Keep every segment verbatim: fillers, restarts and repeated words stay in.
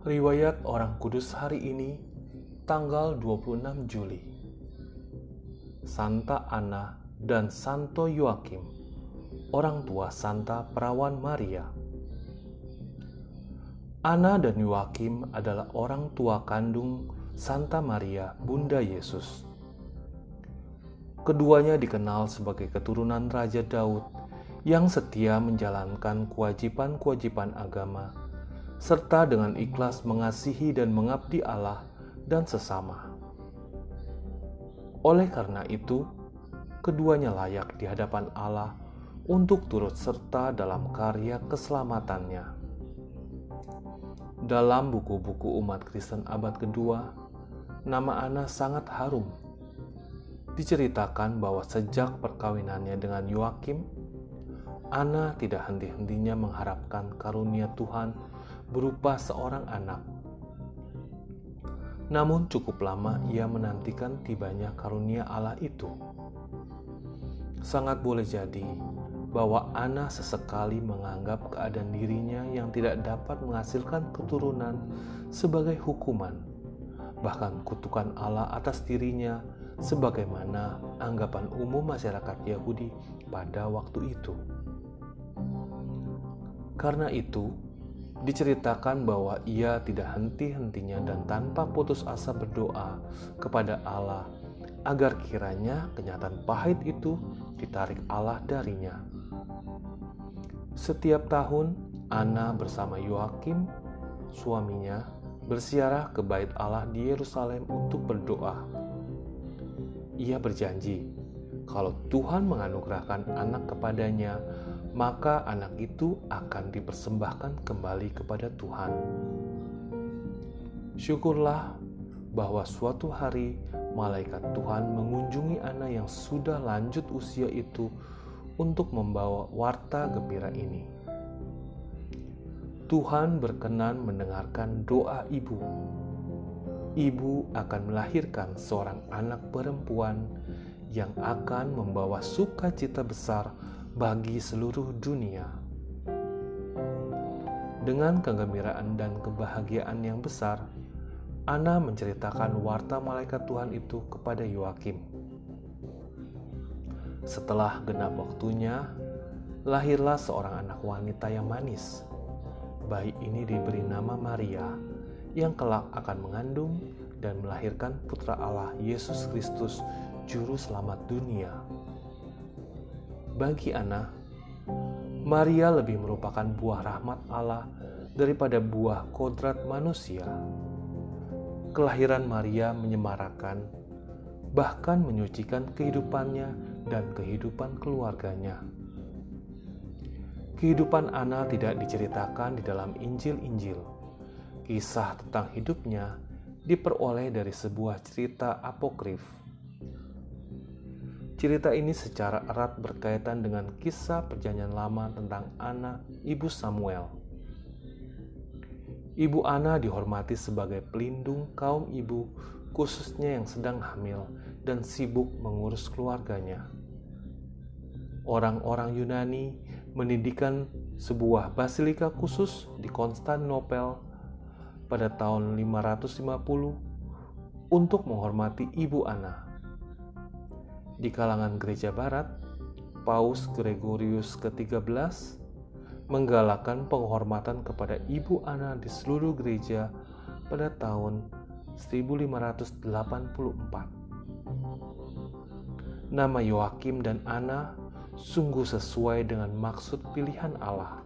Riwayat Orang Kudus hari ini, tanggal dua puluh enam Juli. Santa Ana dan Santo Yoakim, orang tua Santa Perawan Maria. Ana dan Yoakim adalah orang tua kandung Santa Maria, Bunda Yesus. Keduanya dikenal sebagai keturunan Raja Daud yang setia menjalankan kewajiban-kewajiban agama serta dengan ikhlas mengasihi dan mengabdi Allah dan sesama. Oleh karena itu, keduanya layak di hadapan Allah untuk turut serta dalam karya keselamatannya. Dalam buku-buku umat Kristen abad kedua, nama Ana sangat harum. Diceritakan bahwa sejak perkawinannya dengan Yoakim, Ana tidak henti-hentinya mengharapkan karunia Tuhan berupa seorang anak. Namun cukup lama ia menantikan tibanya karunia Allah itu. Sangat boleh jadi bahwa Ana sesekali menganggap keadaan dirinya yang tidak dapat menghasilkan keturunan sebagai hukuman, bahkan kutukan Allah atas dirinya sebagaimana anggapan umum masyarakat Yahudi pada waktu itu. Karena itu, diceritakan bahwa ia tidak henti-hentinya dan tanpa putus asa berdoa kepada Allah agar kiranya kenyataan pahit itu ditarik Allah darinya. Setiap tahun, Ana bersama Yoakim, suaminya, berziarah ke Bait Allah di Yerusalem untuk berdoa. Ia berjanji, kalau Tuhan menganugerahkan anak kepadanya, maka anak itu akan dipersembahkan kembali kepada Tuhan. Syukurlah bahwa suatu hari malaikat Tuhan mengunjungi Ana yang sudah lanjut usia itu untuk membawa warta gembira ini. Tuhan berkenan mendengarkan doa ibu. Ibu akan melahirkan seorang anak perempuan yang akan membawa sukacita besar bagi seluruh dunia. Dengan kegembiraan dan kebahagiaan yang besar, Ana menceritakan warta malaikat Tuhan itu kepada Yoakim. Setelah genap waktunya, lahirlah seorang anak wanita yang manis. Bayi ini diberi nama Maria, yang kelak akan mengandung dan melahirkan Putra Allah Yesus Kristus, Juru Selamat dunia. Bagi Ana, Maria lebih merupakan buah rahmat Allah daripada buah kodrat manusia. Kelahiran Maria menyemarakan, bahkan menyucikan kehidupannya dan kehidupan keluarganya. Kehidupan Ana tidak diceritakan di dalam Injil-Injil. Kisah tentang hidupnya diperoleh dari sebuah cerita apokrif. Cerita ini secara erat berkaitan dengan kisah Perjanjian Lama tentang Ana, ibu Samuel. Ibu Ana dihormati sebagai pelindung kaum ibu, khususnya yang sedang hamil dan sibuk mengurus keluarganya. Orang-orang Yunani mendirikan sebuah basilika khusus di Konstantinopel pada tahun lima ratus lima puluh untuk menghormati ibu Ana. Di kalangan gereja barat, Paus Gregorius ke tiga belas menggalakkan penghormatan kepada ibu Ana di seluruh gereja pada tahun seribu lima ratus delapan puluh empat. Nama Yoakim dan Ana sungguh sesuai dengan maksud pilihan Allah.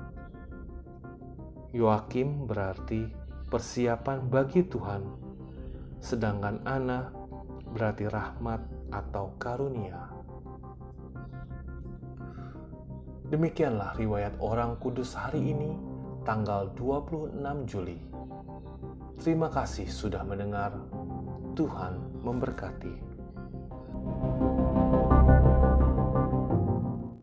Yoakim berarti persiapan bagi Tuhan, sedangkan Ana berarti rahmat atau karunia. Demikianlah riwayat Orang Kudus hari ini, tanggal dua puluh enam Juli. Terima kasih sudah mendengar. Tuhan memberkati.